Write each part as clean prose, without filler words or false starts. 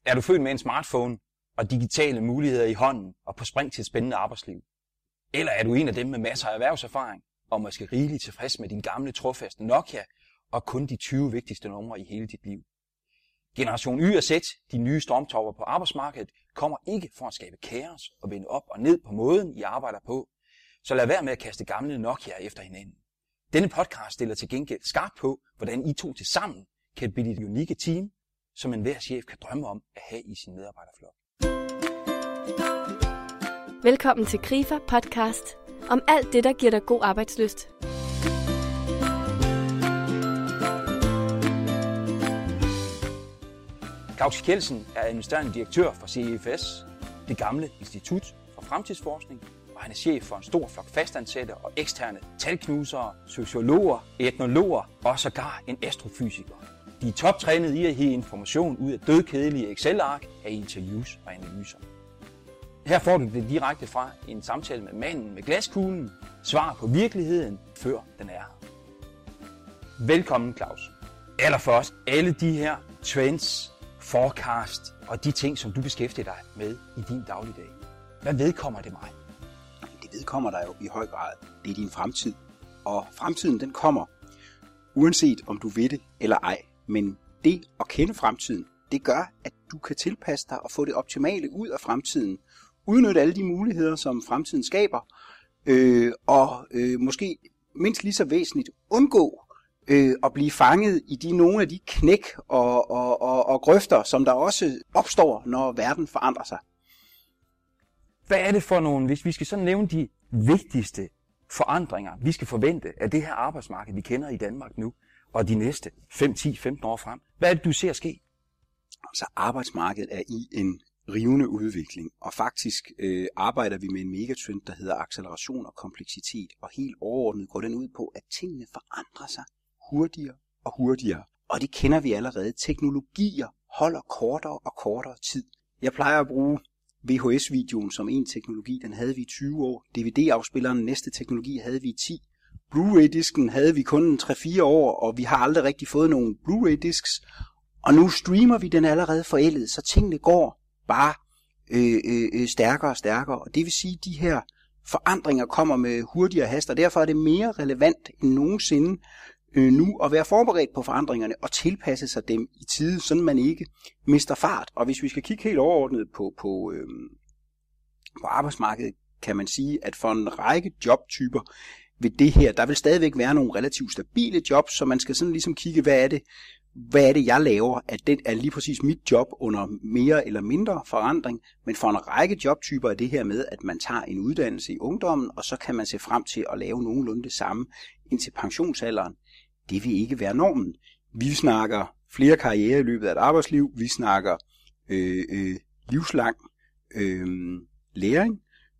Er du født med en smartphone og digitale muligheder i hånden og på spring til et spændende arbejdsliv? Eller er du en af dem med masser af erhvervserfaring og måske rigeligt tilfreds med din gamle trofaste Nokia og kun de 20 vigtigste numre i hele dit liv? Generation Y og Z, de nye stormtropper på arbejdsmarkedet, kommer ikke for at skabe kaos og vende op og ned på måden, I arbejder på. Så lad være med at kaste gamle Nokia efter hinanden. Denne podcast stiller til gengæld skarpt på, hvordan I to til sammen kan blive det unikke team, som enhver chef kan drømme om at have i sin medarbejderflok. Velkommen til Krifa podcast om alt det, der giver dig god arbejdslyst. Claus Kjeldsen er administrerende direktør for CEFS, det gamle Institut for Fremtidsforskning, og han er chef for en stor flok fastansatte og eksterne talknusere, sociologer, etnologer og sågar en astrofysiker. De er toptrænet i at hive information ud af dødkedelige Excel-ark af interviews og analyser. Her får du det direkte fra en samtale med manden med glaskuglen, svar på virkeligheden, før den er her. Velkommen, Claus. Allerførst, alle de her trends, forecast og de ting, som du beskæftiger dig med i din dagligdag. Hvad vedkommer det mig? Det vedkommer dig jo i høj grad. Det er din fremtid. Og fremtiden, den kommer, uanset om du ved det eller ej. Men det at kende fremtiden, det gør, at du kan tilpasse dig og få det optimale ud af fremtiden. Udnytte alle de muligheder, som fremtiden skaber. Og måske mindst lige så væsentligt undgå at blive fanget i nogle af de knæk og grøfter, som der også opstår, når verden forandrer sig. Hvad er det for nogle, hvis vi skal sådan nævne de vigtigste forandringer, vi skal forvente af det her arbejdsmarked, vi kender i Danmark nu, og de næste 5, 10, 15 år frem? Hvad er det, du ser ske? Altså arbejdsmarkedet er i en rivende udvikling, og faktisk arbejder vi med en megatrend, der hedder acceleration og kompleksitet, og helt overordnet går den ud på, at tingene forandrer sig hurtigere og hurtigere. Og det kender vi allerede. Teknologier holder kortere og kortere tid. Jeg plejer at bruge VHS-videoen som en teknologi, den havde vi i 20 år. DVD-afspilleren, næste teknologi, havde vi i 10. Blu-ray-disken havde vi kun 3-4 år, og vi har aldrig rigtig fået nogen Blu-ray-disks. Og nu streamer vi den allerede forældet, så tingene går bare stærkere og stærkere. Og det vil sige, at de her forandringer kommer med hurtigere hast, og derfor er det mere relevant end nogensinde nu at være forberedt på forandringerne og tilpasse sig dem i tide, så man ikke mister fart. Og hvis vi skal kigge helt overordnet på arbejdsmarkedet, kan man sige, at for en række jobtyper ved det her, der vil stadigvæk være nogle relativt stabile jobs, så man skal sådan ligesom kigge, hvad er det, jeg laver, at det er lige præcis mit job under mere eller mindre forandring, men for en række jobtyper er det her med, at man tager en uddannelse i ungdommen, og så kan man se frem til at lave nogenlunde det samme indtil pensionsalderen. Det vil ikke være normen. Vi snakker flere karrierer i løbet af et arbejdsliv, vi snakker livslang læring,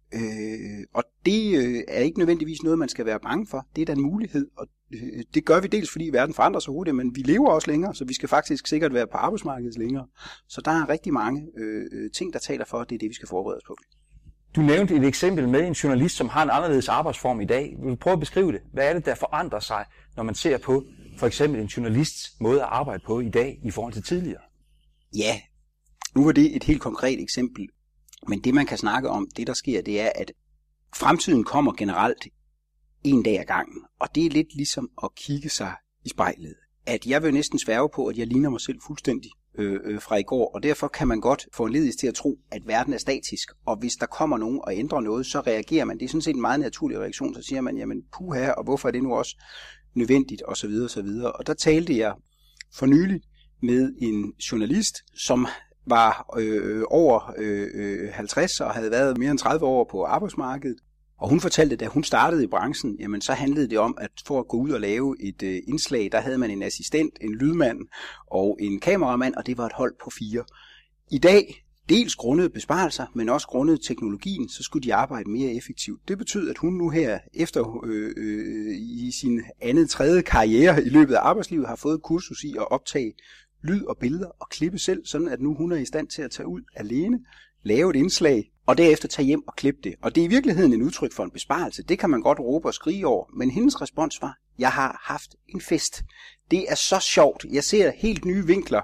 og det er ikke nødvendigvis noget, man skal være bange for. Det er da en mulighed, og det gør vi dels, fordi verden forandrer sig hurtigt, men vi lever også længere, så vi skal faktisk sikkert være på arbejdsmarkedet længere. Så der er rigtig mange ting, der taler for, at det er det, vi skal forberede os på. Du nævnte et eksempel med en journalist, som har en anderledes arbejdsform i dag. Vil du prøve at beskrive det? Hvad er det, der forandrer sig, når man ser på for eksempel en journalists måde at arbejde på i dag i forhold til tidligere? Ja, nu var det et helt konkret eksempel. Men det, man kan snakke om, det der sker, det er, at fremtiden kommer generelt en dag ad gangen. Og det er lidt ligesom at kigge sig i spejlet. At jeg vil næsten sværge på, at jeg ligner mig selv fuldstændig fra i går. Og derfor kan man godt få en ledighed til at tro, at verden er statisk. Og hvis der kommer nogen og ændrer noget, så reagerer man. Det er sådan set en meget naturlig reaktion. Så siger man, jamen puha, og hvorfor er det nu også nødvendigt, og så videre, og så videre. Og der talte jeg for nylig med en journalist, som var over 50 og havde været mere end 30 år på arbejdsmarkedet. Og hun fortalte, at da hun startede i branchen, jamen så handlede det om, at for at gå ud og lave et indslag, der havde man en assistent, en lydmand og en kameramand, og det var et hold på 4. I dag, dels grundet besparelser, men også grundet teknologien, så skulle de arbejde mere effektivt. Det betyder, at hun nu her efter i sin tredje karriere i løbet af arbejdslivet har fået kursus i at optage lyd og billeder og klippe selv, sådan at nu hun er i stand til at tage ud alene, lave et indslag, og derefter tage hjem og klippe det. Og det er i virkeligheden en udtryk for en besparelse. Det kan man godt råbe og skrige over, men hendes respons var, jeg har haft en fest. Det er så sjovt. Jeg ser helt nye vinkler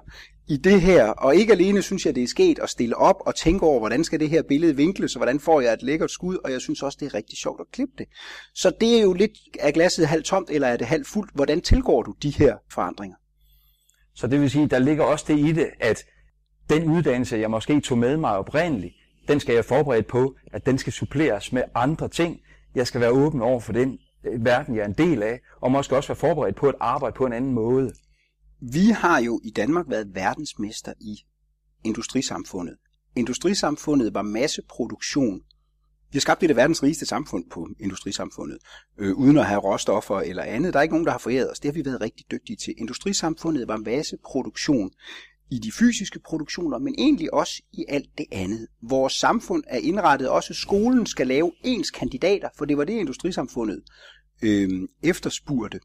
i det her, og ikke alene synes jeg, det er sket at stille op og tænke over, hvordan skal det her billede vinkles, og hvordan får jeg et lækkert skud, og jeg synes også, det er rigtig sjovt at klippe det. Så det er jo lidt, er glasset halvt tomt, eller er det halvt fuldt? Hvordan tilgår du de her forandringer? Så det vil sige, der ligger også det i det, at den uddannelse, jeg måske tog med mig oprindeligt, den skal jeg forberede på, at den skal suppleres med andre ting. Jeg skal være åben over for den verden, jeg er en del af, og måske også være forberedt på at arbejde på en anden måde. Vi har jo i Danmark været verdensmester i industrisamfundet. Industrisamfundet var masseproduktion. Vi har skabt det verdens rigeste samfund på industrisamfundet, uden at have råstoffer eller andet. Der er ikke nogen, der har foræret os. Det har vi været rigtig dygtige til. Industrisamfundet var masseproduktion i de fysiske produktioner, men egentlig også i alt det andet. Vores samfund er indrettet, også skolen skal lave ens kandidater, for det var det industrisamfundet efterspurgte.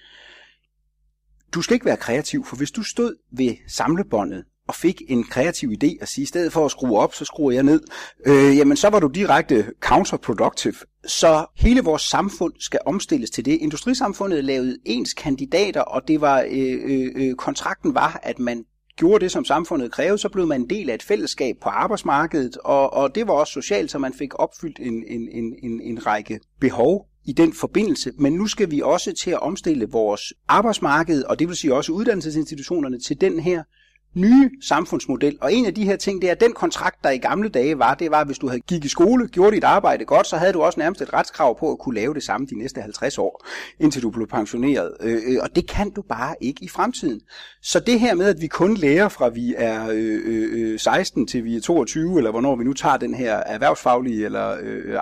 Du skal ikke være kreativ, for hvis du stod ved samlebåndet og fik en kreativ idé at sige, i stedet for at skrue op, så skruer jeg ned, jamen så var du direkte counterproductive. Så hele vores samfund skal omstilles til det. Industrisamfundet lavede ens kandidater, og det var kontrakten var, at man gjorde det, som samfundet krævede, så blev man en del af et fællesskab på arbejdsmarkedet, og det var også socialt, så man fik opfyldt en række behov i den forbindelse. Men nu skal vi også til at omstille vores arbejdsmarked, og det vil sige også uddannelsesinstitutionerne, til den her nye samfundsmodel. Og en af de her ting, det er, at den kontrakt, der i gamle dage var, det var, at hvis du havde gik i skole, gjorde dit arbejde godt, så havde du også nærmest et retskrav på at kunne lave det samme de næste 50 år, indtil du blev pensioneret. Og det kan du bare ikke i fremtiden. Så det her med, at vi kun lærer fra vi er 16 til vi er 22, eller hvornår vi nu tager den her erhvervsfaglige eller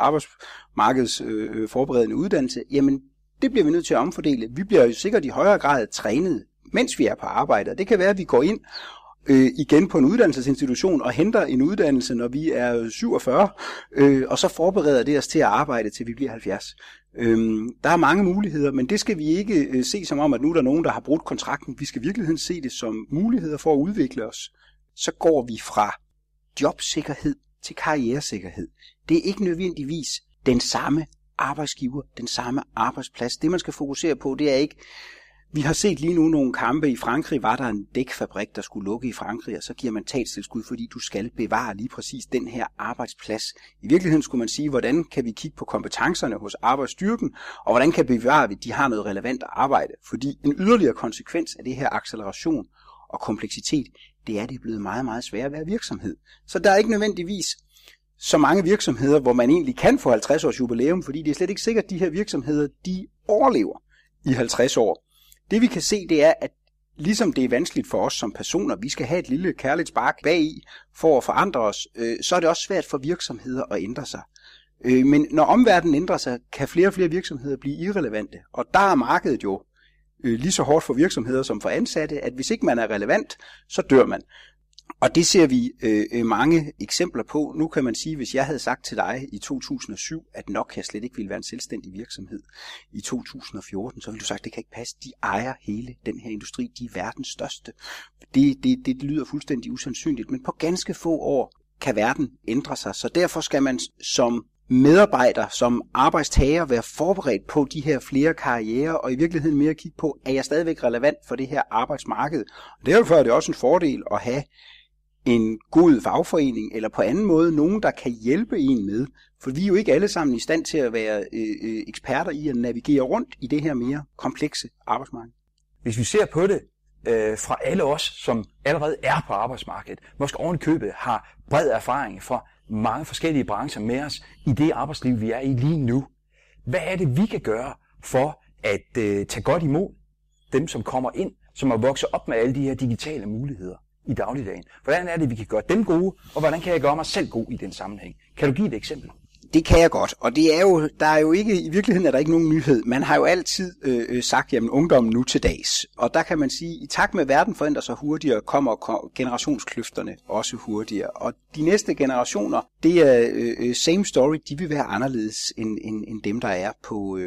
arbejdsmarkedsforberedende uddannelse, jamen det bliver vi nødt til at omfordele. Vi bliver jo sikkert i højere grad trænet, mens vi er på arbejde. Det kan være, at vi går ind igen på en uddannelsesinstitution og henter en uddannelse, når vi er 47, og så forbereder det os til at arbejde, til vi bliver 70. Der er mange muligheder, men det skal vi ikke se som om, at nu er der nogen, der har brudt kontrakten. Vi skal i virkeligheden se det som muligheder for at udvikle os. Så går vi fra jobsikkerhed til karrieresikkerhed. Det er ikke nødvendigvis den samme arbejdsgiver, den samme arbejdsplads. Det, man skal fokusere på, det er ikke. Vi har set lige nu nogle kampe i Frankrig, var der en dækfabrik, der skulle lukke i Frankrig, og så giver man statstilskud, fordi du skal bevare lige præcis den her arbejdsplads. I virkeligheden skulle man sige, hvordan kan vi kigge på kompetencerne hos arbejdsstyrken, og hvordan kan vi bevare, at de har noget relevant arbejde. Fordi en yderligere konsekvens af det her acceleration og kompleksitet, det er, det er blevet meget, meget svært at være virksomhed. Så der er ikke nødvendigvis så mange virksomheder, hvor man egentlig kan få 50 års jubilæum, fordi det er slet ikke sikkert, at de her virksomheder, de overlever i 50 år. Det vi kan se, det er, at ligesom det er vanskeligt for os som personer, vi skal have et lille kærligt spark bagi for at forandre os, så er det også svært for virksomheder at ændre sig. Men når omverdenen ændrer sig, kan flere og flere virksomheder blive irrelevante. Og der er markedet jo lige så hårdt for virksomheder som for ansatte, at hvis ikke man er relevant, så dør man. Og det ser vi mange eksempler på. Nu kan man sige, hvis jeg havde sagt til dig i 2007, at Nokia slet ikke ville være en selvstændig virksomhed i 2014, så ville du sagt, at det kan ikke passe. De ejer hele den her industri. De er verdens største. Det lyder fuldstændig usandsynligt, men på ganske få år kan verden ændre sig. Så derfor skal man som medarbejder, som arbejdstager være forberedt på de her flere karrierer, og i virkeligheden mere kigge på, er jeg stadigvæk relevant for det her arbejdsmarked. Og derfor er det også en fordel at have en god fagforening, eller på anden måde nogen, der kan hjælpe en med, for vi er jo ikke alle sammen i stand til at være eksperter i at navigere rundt i det her mere komplekse arbejdsmarked. Hvis vi ser på det fra alle os, som allerede er på arbejdsmarkedet, måske oven i købet har bred erfaring fra mange forskellige brancher med os i det arbejdsliv, vi er i lige nu. Hvad er det, vi kan gøre for at tage godt imod dem, som kommer ind, som har vokset op med alle de her digitale muligheder i dagligdagen? Hvordan er det, vi kan gøre dem gode, og hvordan kan jeg gøre mig selv god i den sammenhæng? Kan du give et eksempel? Det kan jeg godt, og det er jo, der er jo ikke, i virkeligheden er der ikke nogen nyhed. Man har jo altid sagt, jamen ungdommen nu til dags. Og der kan man sige, i takt med at verden forændrer sig hurtigere, kommer generationskløfterne også hurtigere. Og de næste generationer, det er same story, de vil være anderledes end dem, der er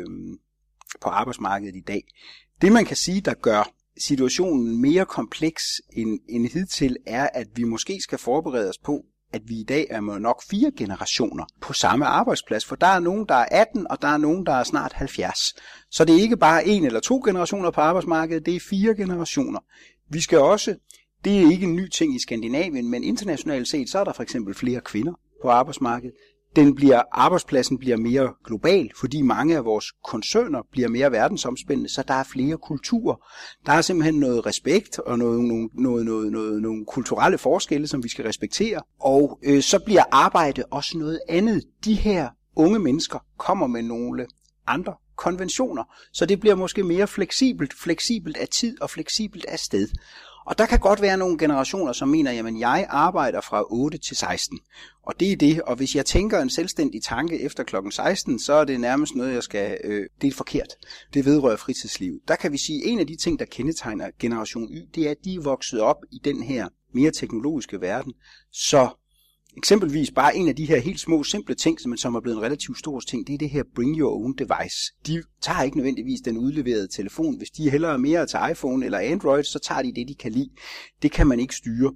på arbejdsmarkedet i dag. Det man kan sige, der gør situationen mere kompleks end hidtil, er, at vi måske skal forberede os på, at vi i dag er nok 4 generationer på samme arbejdsplads, for der er nogen, der er 18, og der er nogen, der er snart 70. Så det er ikke bare 1 eller 2 generationer på arbejdsmarkedet, det er 4 generationer. Vi skal også Det er ikke en ny ting i Skandinavien, men internationalt set, så er der for eksempel flere kvinder på arbejdsmarkedet. Arbejdspladsen bliver mere global, fordi mange af vores koncerner bliver mere verdensomspændende, så der er flere kulturer. Der er simpelthen noget respekt og nogle kulturelle forskelle, som vi skal respektere. Og så bliver arbejde også noget andet. De her unge mennesker kommer med nogle andre konventioner, så det bliver måske mere fleksibelt af tid og fleksibelt af sted. Og der kan godt være nogle generationer, som mener, jamen jeg arbejder fra 8 til 16, og det er det, og hvis jeg tænker en selvstændig tanke efter klokken 16, så er det nærmest noget, jeg skal, det er forkert. Det vedrører fritidslivet. Der kan vi sige, en af de ting, der kendetegner generation Y, det er, at de er vokset op i den her mere teknologiske verden, så eksempelvis bare en af de her helt små, simple ting, som er blevet en relativt stor ting, det er det her bring your own device. De tager ikke nødvendigvis den udleverede telefon. Hvis de hellere mere til iPhone eller Android, så tager de det, de kan lide. Det kan man ikke styre.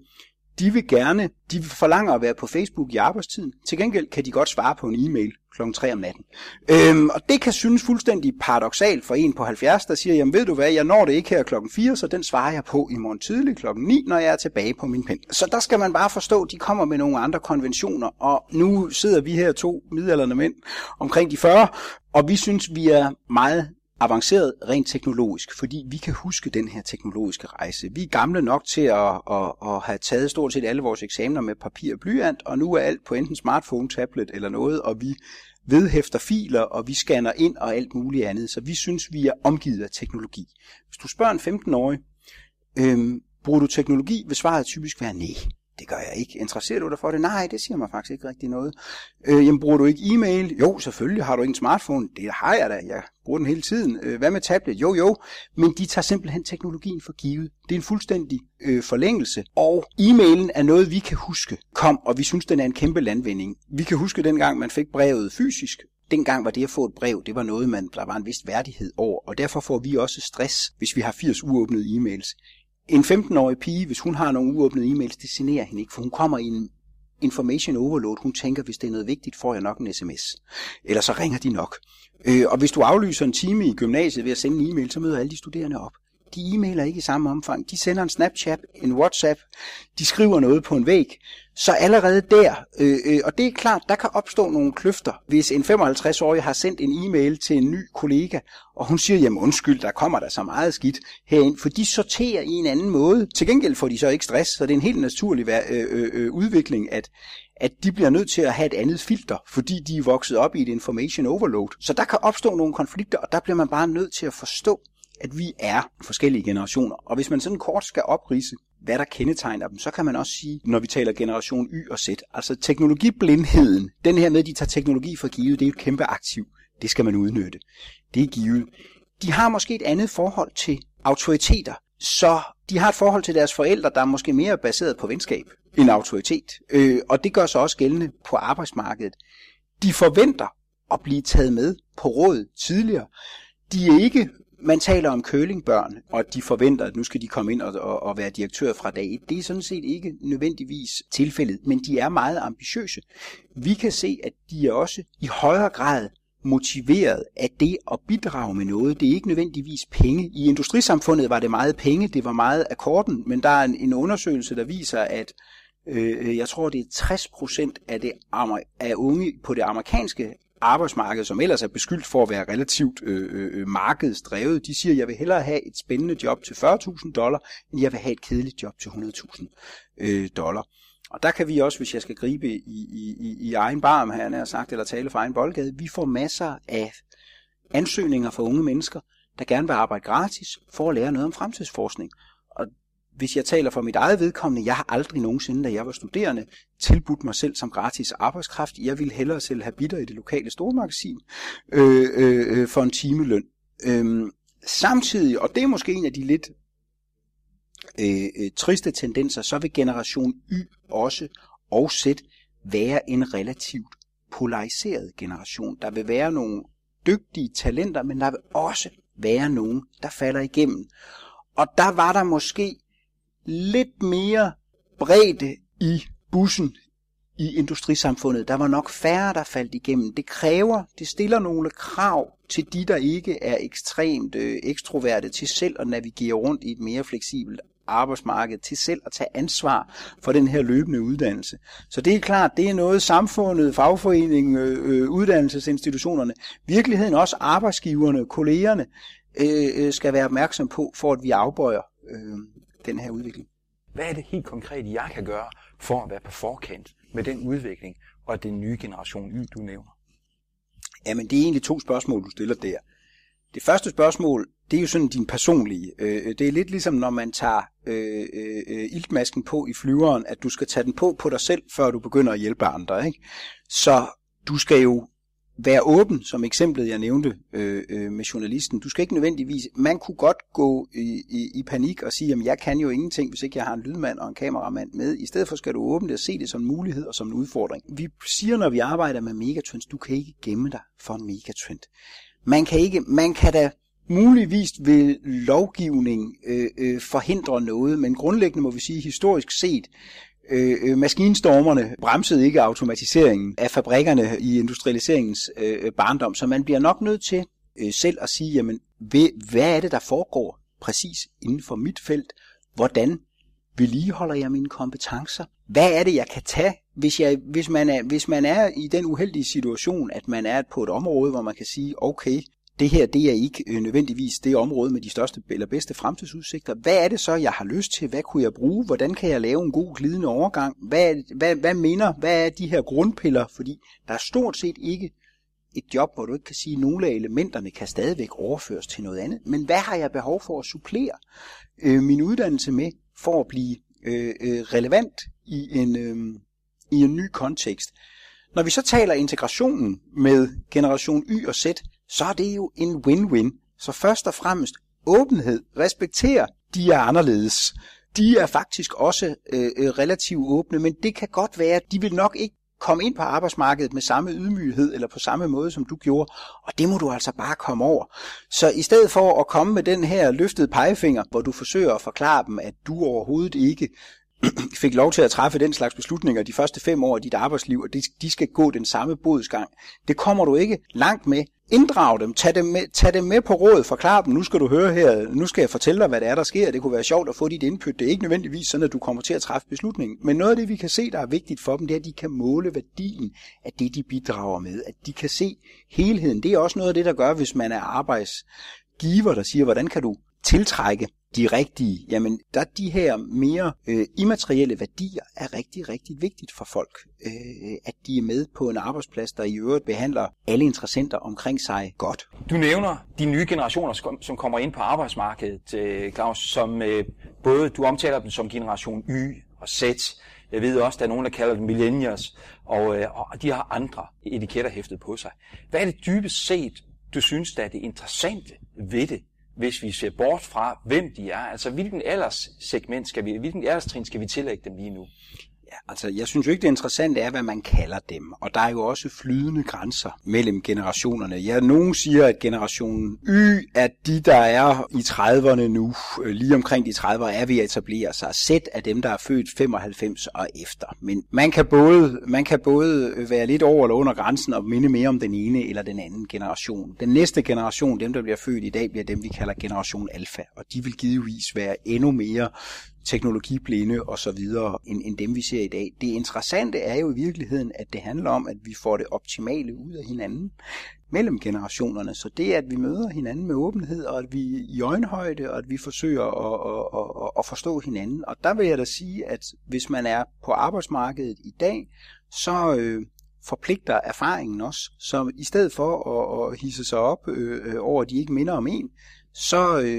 De forlanger at være på Facebook i arbejdstiden. Til gengæld kan de godt svare på en e-mail klokken 3 om natten. Og det kan synes fuldstændig paradoksalt for en på 70, der siger, jamen ved du hvad, jeg når det ikke her klokken 4, så den svarer jeg på i morgen tidlig klokken 9, når jeg er tilbage på min pen. Så der skal man bare forstå, at de kommer med nogle andre konventioner, og nu sidder vi her 2 midaldrende mænd omkring de 40, og vi synes, vi er meget avanceret rent teknologisk, fordi vi kan huske den her teknologiske rejse. Vi er gamle nok til at have taget stort set alle vores eksamener med papir og blyant, og nu er alt på enten smartphone, tablet eller noget, og vi vedhæfter filer, og vi scanner ind og alt muligt andet. Så vi synes, vi er omgivet af teknologi. Hvis du spørger en 15-årig, bruger du teknologi, vil svaret typisk være nej. Det gør jeg ikke. Interesserer du dig for det? Nej, det siger mig faktisk ikke rigtig noget. Jamen, bruger du ikke e-mail? Jo, selvfølgelig. Har du ikke en smartphone? Det har jeg da. Jeg bruger den hele tiden. Hvad med tablet? Jo. Men de tager simpelthen teknologien for givet. Det er en fuldstændig forlængelse. Og e-mailen er noget, vi kan huske kom, og vi synes, den er en kæmpe landvinding. Vi kan huske dengang, man fik brevet fysisk. Dengang var det at få et brev, det var noget, der var en vis værdighed over. Og derfor får vi også stress, hvis vi har 80 uåbnede e-mails. En 15-årig pige, hvis hun har nogle uåbnede e-mails, det generer hende ikke, for hun kommer i en information overload. Hun tænker, hvis det er noget vigtigt, får jeg nok en sms. Eller så ringer de nok. Og hvis du aflyser en time i gymnasiet ved at sende en e-mail, så møder alle de studerende op. De e-mailer ikke i samme omfang. De sender en Snapchat, en WhatsApp, de skriver noget på en væg. Så allerede der, og det er klart, der kan opstå nogle kløfter, hvis en 55-årig har sendt en e-mail til en ny kollega, og hun siger, jamen undskyld, der kommer der så meget skidt herind, for de sorterer i en anden måde. Til gengæld får de så ikke stress, så det er en helt naturlig udvikling, at de bliver nødt til at have et andet filter, fordi de er vokset op i et information overload. Så der kan opstå nogle konflikter, og der bliver man bare nødt til at forstå, at vi er forskellige generationer. Og hvis man sådan kort skal opridse, hvad der kendetegner dem, så kan man også sige, når vi taler generation Y og Z, altså teknologiblindheden, den her med, at de tager teknologi for givet, det er et kæmpe aktiv. Det skal man udnytte. Det er givet. De har måske et andet forhold til autoriteter, så de har et forhold til deres forældre, der er måske mere baseret på venskab end autoritet. Og det gør sig også gældende på arbejdsmarkedet. De forventer at blive taget med på råd tidligere. De er ikke... Man taler om curlingbørn, og de forventer, at nu skal de komme ind og være direktør fra dag 1. Det er sådan set ikke nødvendigvis tilfældet, men de er meget ambitiøse. Vi kan se, at de er også i højere grad motiveret af det at bidrage med noget. Det er ikke nødvendigvis penge. I industrisamfundet var det meget penge, det var meget akkorden, men der er en undersøgelse, der viser, at jeg tror, det er 60% af unge på det amerikanske arbejdsmarked, som ellers er beskyldt for at være relativt markedsdrevet, de siger, at jeg vil hellere have et spændende job til $40,000, end jeg vil have et kedeligt job til $100,000. Og der kan vi også, hvis jeg skal gribe i egen barm, her nær sagt, eller tale for egen boldgade, vi får masser af ansøgninger fra unge mennesker, der gerne vil arbejde gratis for at lære noget om fremtidsforskning. Og hvis jeg taler for mit eget vedkommende, jeg har aldrig nogensinde, da jeg var studerende, tilbudt mig selv som gratis arbejdskraft. Jeg ville hellere selv have bitter i det lokale stormagasin for en timeløn. Samtidig, og det er måske en af de lidt triste tendenser, så vil generation Y også og Z være en relativt polariseret generation. Der vil være nogle dygtige talenter, men der vil også være nogen, der falder igennem. Og der var der måske lidt mere bredde i bussen i industrisamfundet. Der var nok færre, der faldt igennem. Det stiller nogle krav til de, der ikke er ekstremt ekstroverte til selv at navigere rundt i et mere fleksibelt arbejdsmarkedet til selv at tage ansvar for den her løbende uddannelse. Så det er klart, det er noget samfundet, fagforeningen, uddannelsesinstitutionerne, virkeligheden også arbejdsgiverne, kollegerne, skal være opmærksom på, for at vi afbøjer den her udvikling. Hvad er det helt konkret, jeg kan gøre for at være på forkant med den udvikling og den nye generation Y, du nævner? Jamen, det er egentlig 2 spørgsmål, du stiller der. Det første spørgsmål, det er jo sådan din personlige. Det er lidt ligesom, når man tager iltmasken på i flyveren, at du skal tage den på dig selv, før du begynder at hjælpe andre, ikke? Så du skal jo være åben, som eksemplet jeg nævnte med journalisten. Du skal ikke nødvendigvis, man kunne godt gå i panik og sige, at jeg kan jo ingenting, hvis ikke jeg har en lydmand og en kameramand med. I stedet for skal du åbne det og se det som en mulighed og som en udfordring. Vi siger, når vi arbejder med megatrends, du kan ikke gemme dig for en megatrend. Man kan da muligvis ved lovgivning forhindre noget, men grundlæggende må vi sige, historisk set, maskinstormerne bremsede ikke automatiseringen af fabrikkerne i industrialiseringens barndom, så man bliver nok nødt til selv at sige, jamen, hvad er det, der foregår præcis inden for mit felt? Hvordan vedligeholder jeg mine kompetencer? Hvad er det, jeg kan tage, hvis man er i den uheldige situation, at man er på et område, hvor man kan sige, okay, det her, det er ikke nødvendigvis det område med de største eller bedste fremtidsudsigter. Hvad er det så, jeg har lyst til? Hvad kunne jeg bruge? Hvordan kan jeg lave en god glidende overgang? Hvad er de her grundpiller? Fordi der er stort set ikke et job, hvor du ikke kan sige, at nogle af elementerne kan stadigvæk overføres til noget andet. Men hvad har jeg behov for at supplere min uddannelse med, for at blive relevant i en ny kontekst? Når vi så taler integrationen med generation Y og Z, så er det jo en win-win. Så først og fremmest åbenhed, respektere, de er anderledes. De er faktisk også relativt åbne, men det kan godt være, at de vil nok ikke komme ind på arbejdsmarkedet med samme ydmyghed eller på samme måde, som du gjorde, og det må du altså bare komme over. Så i stedet for at komme med den her løftede pegefinger, hvor du forsøger at forklare dem, at du overhovedet ikke fik lov til at træffe den slags beslutninger de første 5 år af dit arbejdsliv, og de skal gå den samme bodsgang. Det kommer du ikke langt med. Inddrag dem, tag dem med på råd, forklar dem, nu skal du høre her, nu skal jeg fortælle dig, hvad det er, der sker. Det kunne være sjovt at få dit input. Det er ikke nødvendigvis sådan, at du kommer til at træffe beslutningen. Men noget af det, vi kan se, der er vigtigt for dem, det er, at de kan måle værdien af det, de bidrager med. At de kan se helheden. Det er også noget af det, der gør, hvis man er arbejdsgiver, der siger, hvordan kan du tiltrække de rigtige, jamen der de her mere immaterielle værdier er rigtig, rigtig vigtigt for folk, at de er med på en arbejdsplads, der i øvrigt behandler alle interessenter omkring sig godt. Du nævner de nye generationer, som kommer ind på arbejdsmarkedet, Claus, som både du omtaler dem som generation Y og Z. Jeg ved også, der er nogen, der kalder dem millennials, og de har andre etiketter hæftet på sig. Hvad er det dybest set, du synes, der er det interessante ved det? Hvis vi ser bort fra, hvem de er, altså hvilken alderstrin skal vi tillægge dem lige nu? Ja, altså jeg synes jo ikke, det interessante er, hvad man kalder dem, og der er jo også flydende grænser mellem generationerne. Ja, nogen siger, at generationen Y er de, der er i 30'erne nu, lige omkring de 30'ere er ved at etablere sig. Z er dem, der er født 95 og efter. Men man kan både være lidt over eller under grænsen og minde mere om den ene eller den anden generation. Den næste generation, dem der bliver født i dag, bliver dem, vi kalder generation alfa, og de vil givetvis være endnu mere teknologiblinde og så videre, end dem vi ser i dag. Det interessante er jo i virkeligheden, at det handler om, at vi får det optimale ud af hinanden mellem generationerne. Så det, at vi møder hinanden med åbenhed, og at vi i øjenhøjde, og at vi forsøger at forstå hinanden. Og der vil jeg da sige, at hvis man er på arbejdsmarkedet i dag, så forpligter erfaringen også. Så i stedet for at hisse sig op over, at de ikke minder om en, så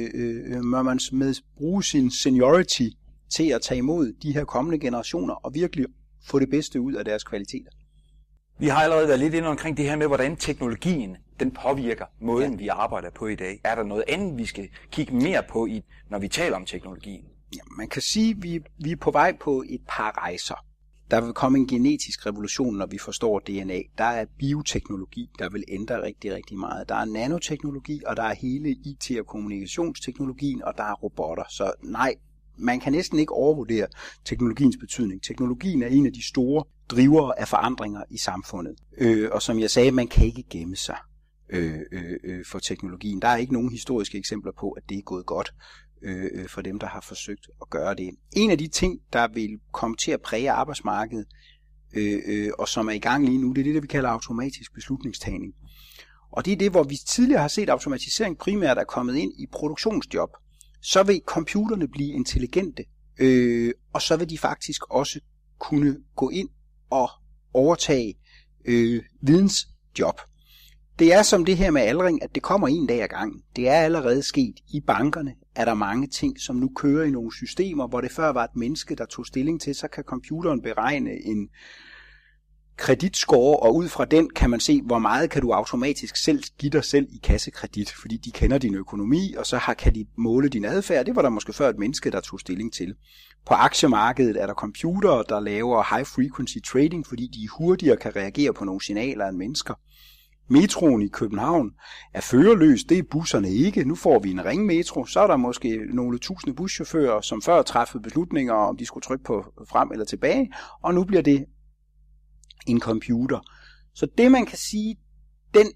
må man bruge sin seniority til at tage imod de her kommende generationer og virkelig få det bedste ud af deres kvaliteter. Vi har allerede været lidt inde omkring det her med, hvordan teknologien den påvirker måden, vi arbejder på i dag. Er der noget andet, vi skal kigge mere på, når vi taler om teknologien? Ja, man kan sige, at vi er på vej på et par rejser. Der vil komme en genetisk revolution, når vi forstår DNA. Der er bioteknologi, der vil ændre rigtig, rigtig meget. Der er nanoteknologi, og der er hele IT- og kommunikationsteknologien, og der er robotter. Så nej, man kan næsten ikke overvurdere teknologiens betydning. Teknologien er en af de store drivere af forandringer i samfundet. Og som jeg sagde, man kan ikke gemme sig for teknologien. Der er ikke nogen historiske eksempler på, at det er gået godt for dem, der har forsøgt at gøre det. En af de ting, der vil komme til at præge arbejdsmarkedet, og som er i gang lige nu, det er det, vi kalder automatisk beslutningstagning. Og det er det, hvor vi tidligere har set automatisering primært er kommet ind i produktionsjob. Så vil computerne blive intelligente, og så vil de faktisk også kunne gå ind og overtage vidensjob. Det er som det her med aldring, at det kommer en dag ad gangen. Det er allerede sket. I bankerne er der mange ting, som nu kører i nogle systemer, hvor det før var et menneske, der tog stilling til, så kan computeren beregne en kreditscore, og ud fra den kan man se, hvor meget kan du automatisk selv give dig selv i kassekredit, fordi de kender din økonomi, og så kan de måle din adfærd. Det var der måske før et menneske, der tog stilling til. På aktiemarkedet er der computere, der laver high frequency trading, fordi de hurtigere kan reagere på nogle signaler end mennesker. Metroen i København er førerløs, det er busserne ikke. Nu får vi en ringmetro, så er der måske nogle tusinde buschauffører, som før træffede beslutninger, om de skulle trykke på frem eller tilbage, og nu bliver det en computer. Så det man kan sige, den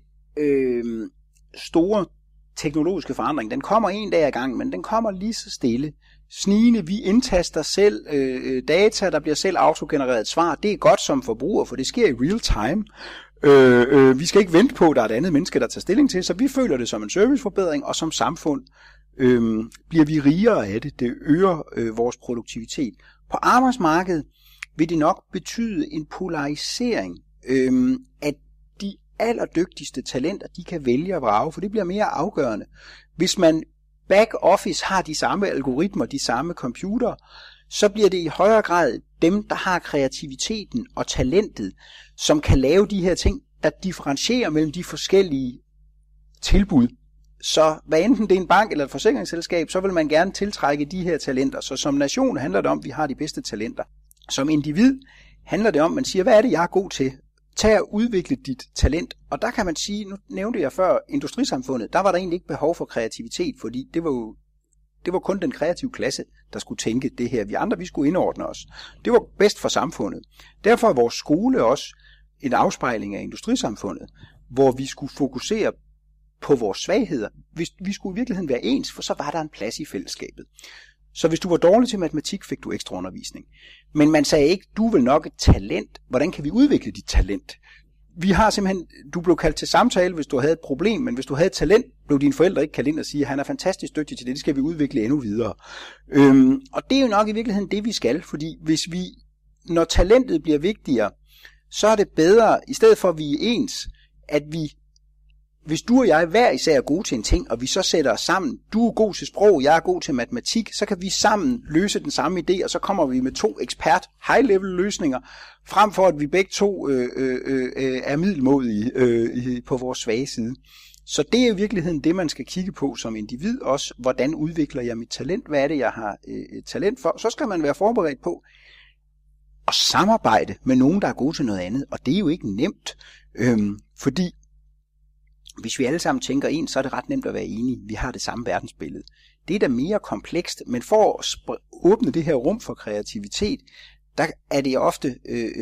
store teknologiske forandring, den kommer en dag ad gangen, men den kommer lige så stille. Snigende, vi indtaster selv data, der bliver selv autogenereret et svar. Det er godt som forbruger, for det sker i real time. Vi skal ikke vente på, at der er et andet menneske, der tager stilling til, så vi føler det som en serviceforbedring, og som samfund bliver vi rigere af det. Det øger vores produktivitet. På arbejdsmarkedet vil det nok betyde en polarisering, at de allerdygtigste talenter, de kan vælge at vrage, for det bliver mere afgørende. Hvis man back office har de samme algoritmer, de samme computere, så bliver det i højere grad dem, der har kreativiteten og talentet, som kan lave de her ting, der differentierer mellem de forskellige tilbud. Så hvad enten det er en bank eller et forsikringsselskab, så vil man gerne tiltrække de her talenter. Så som nation handler det om, at vi har de bedste talenter. Som individ handler det om, at man siger, hvad er det, jeg er god til? Tag at udvikle dit talent. Og der kan man sige, nu nævnte jeg før industrisamfundet, der var der egentlig ikke behov for kreativitet, fordi det var kun den kreative klasse, der skulle tænke det her. Vi andre, vi skulle indordne os. Det var bedst for samfundet. Derfor er vores skole også en afspejling af industrisamfundet, hvor vi skulle fokusere på vores svagheder. Vi skulle i virkeligheden være ens, for så var der en plads i fællesskabet. Så hvis du var dårlig til matematik, fik du ekstra undervisning. Men man sagde ikke, du vil nok et talent. Hvordan kan vi udvikle dit talent? Vi har simpelthen, du blev kaldt til samtale, hvis du havde et problem, men hvis du havde et talent, blev dine forældre ikke kaldt ind og sige, han er fantastisk dygtig til det, det skal vi udvikle endnu videre. Og det er jo nok i virkeligheden det, vi skal, fordi når talentet bliver vigtigere, så er det bedre, i stedet for at vi er ens, at hvis du og jeg hver især er gode til en ting, og vi så sætter os sammen, du er god til sprog, jeg er god til matematik, så kan vi sammen løse den samme idé, og så kommer vi med 2 ekspert high-level løsninger, frem for at vi begge to er middelmådige på vores svage side. Så det er i virkeligheden det, man skal kigge på som individ også. Hvordan udvikler jeg mit talent? Hvad er det, jeg har talent for? Så skal man være forberedt på at samarbejde med nogen, der er gode til noget andet, og det er jo ikke nemt, fordi hvis vi alle sammen tænker en, så er det ret nemt at være enige. Vi har det samme verdensbillede. Det er da mere komplekst, men for at åbne det her rum for kreativitet, der er det ofte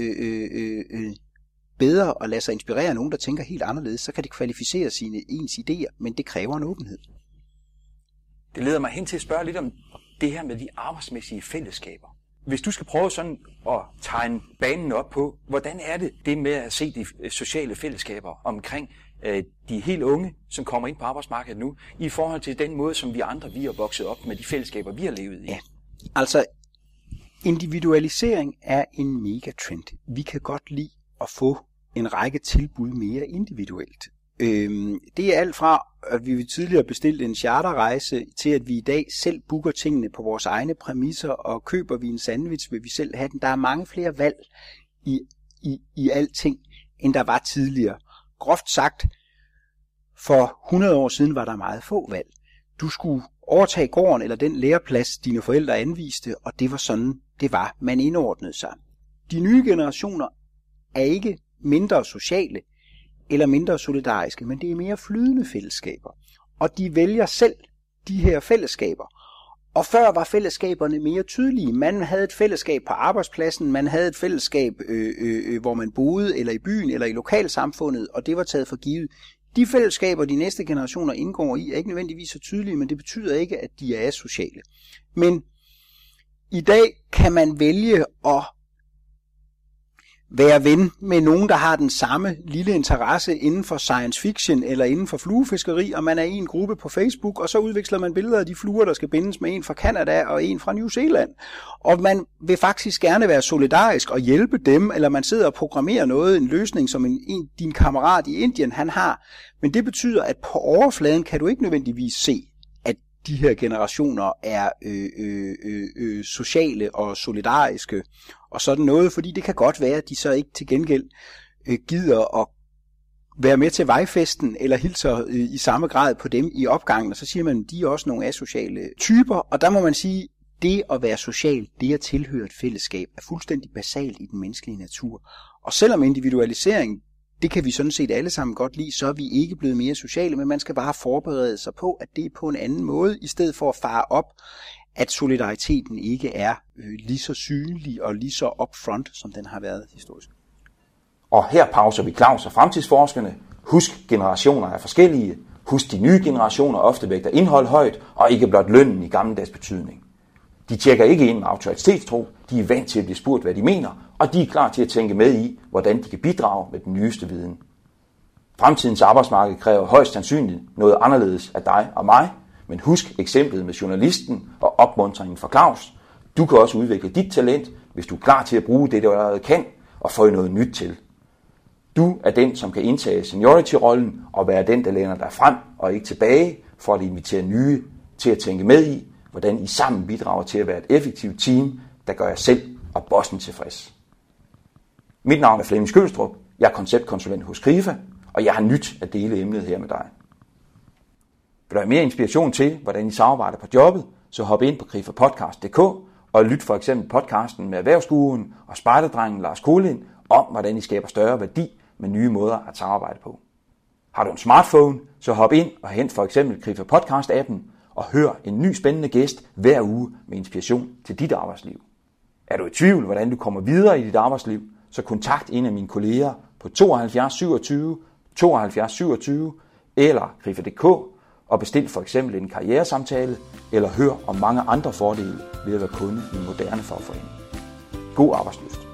bedre at lade sig inspirere af nogen, der tænker helt anderledes. Så kan det kvalificere ens idéer, men det kræver en åbenhed. Det leder mig hen til at spørge lidt om det her med de arbejdsmæssige fællesskaber. Hvis du skal prøve sådan at tegne banen op på, hvordan er det med at se de sociale fællesskaber omkring de helt unge, som kommer ind på arbejdsmarkedet nu, i forhold til den måde, som vi andre vi er vokset op med de fællesskaber, vi har levet i? Ja, altså individualisering er en megatrend. Vi kan godt lide at få en række tilbud mere individuelt. Det er alt fra, at vi tidligere bestilte en charterrejse, til at vi i dag selv booker tingene på vores egne præmisser, og køber vi en sandwich, vil vi selv have den. Der er mange flere valg i alting, end der var tidligere. Groft sagt, for 100 år siden var der meget få valg. Du skulle overtage gården eller den læreplads, dine forældre anviste, og det var sådan, det var. Man indordnede sig. De nye generationer er ikke mindre sociale eller mindre solidariske, men det er mere flydende fællesskaber. Og de vælger selv de her fællesskaber. Og før var fællesskaberne mere tydelige. Man havde et fællesskab på arbejdspladsen, man havde et fællesskab, hvor man boede, eller i byen, eller i lokalsamfundet, og det var taget for givet. De fællesskaber, de næste generationer indgår i, er ikke nødvendigvis så tydelige, men det betyder ikke, at de er asociale. Men i dag kan man vælge at være ven med nogen, der har den samme lille interesse inden for science fiction eller inden for fluefiskeri, og man er i en gruppe på Facebook, og så udveksler man billeder af de fluer, der skal bindes med en fra Canada og en fra New Zealand. Og man vil faktisk gerne være solidarisk og hjælpe dem, eller man sidder og programmerer noget, en løsning, som din kammerat i Indien han har. Men det betyder, at på overfladen kan du ikke nødvendigvis se, at de her generationer er sociale og solidariske og sådan noget, fordi det kan godt være, at de så ikke til gengæld gider at være med til vejfesten eller hilser i samme grad på dem i opgangen, og så siger man, at de er også nogle asociale typer, og der må man sige, det at være social, det at tilhøre et fællesskab, er fuldstændig basalt i den menneskelige natur. Og selvom individualisering, det kan vi sådan set alle sammen godt lide, så er vi ikke blevet mere sociale, men man skal bare forberede sig på, at det er på en anden måde, i stedet for at fare op, at solidariteten ikke er lige så synlig og lige så upfront, som den har været historisk. Og her pauser vi Claus og fremtidsforskerne. Husk, generationer er forskellige. Husk, de nye generationer ofte vægter indhold højt, og ikke blot lønnen i gammeldags betydning. De tjekker ikke ind med autoritetstro, de er vant til at blive spurgt, hvad de mener, og de er klar til at tænke med i, hvordan de kan bidrage med den nyeste viden. Fremtidens arbejdsmarked kræver højst sandsynligt noget anderledes af dig og mig, men husk eksemplet med journalisten og opmuntringen fra Claus. Du kan også udvikle dit talent, hvis du er klar til at bruge det, du allerede kan, og få noget nyt til. Du er den, som kan indtage seniority-rollen og være den, der læner dig frem og ikke tilbage, for at invitere nye til at tænke med i, hvordan I sammen bidrager til at være et effektivt team, der gør jer selv og bossen tilfreds. Mit navn er Flemming Skølstrup, jeg er konceptkonsulent hos Krifa, og jeg har nyt at dele emnet her med dig. Vil du have mere inspiration til, hvordan I samarbejder på jobbet, så hop ind på krifapodcast.dk og lyt for eksempel podcasten med erhvervsguruen og spejderdrengen Lars Kolind om, hvordan I skaber større værdi med nye måder at samarbejde på. Har du en smartphone, så hop ind og hent for eksempel Krifa Podcast-appen og hør en ny spændende gæst hver uge med inspiration til dit arbejdsliv. Er du i tvivl, hvordan du kommer videre i dit arbejdsliv, så kontakt en af mine kolleger på 72 27 72 27 eller krifa.dk og bestil for eksempel en karrieresamtale eller hør om mange andre fordele ved at være kunde i en moderne fagforening. God arbejdslyst.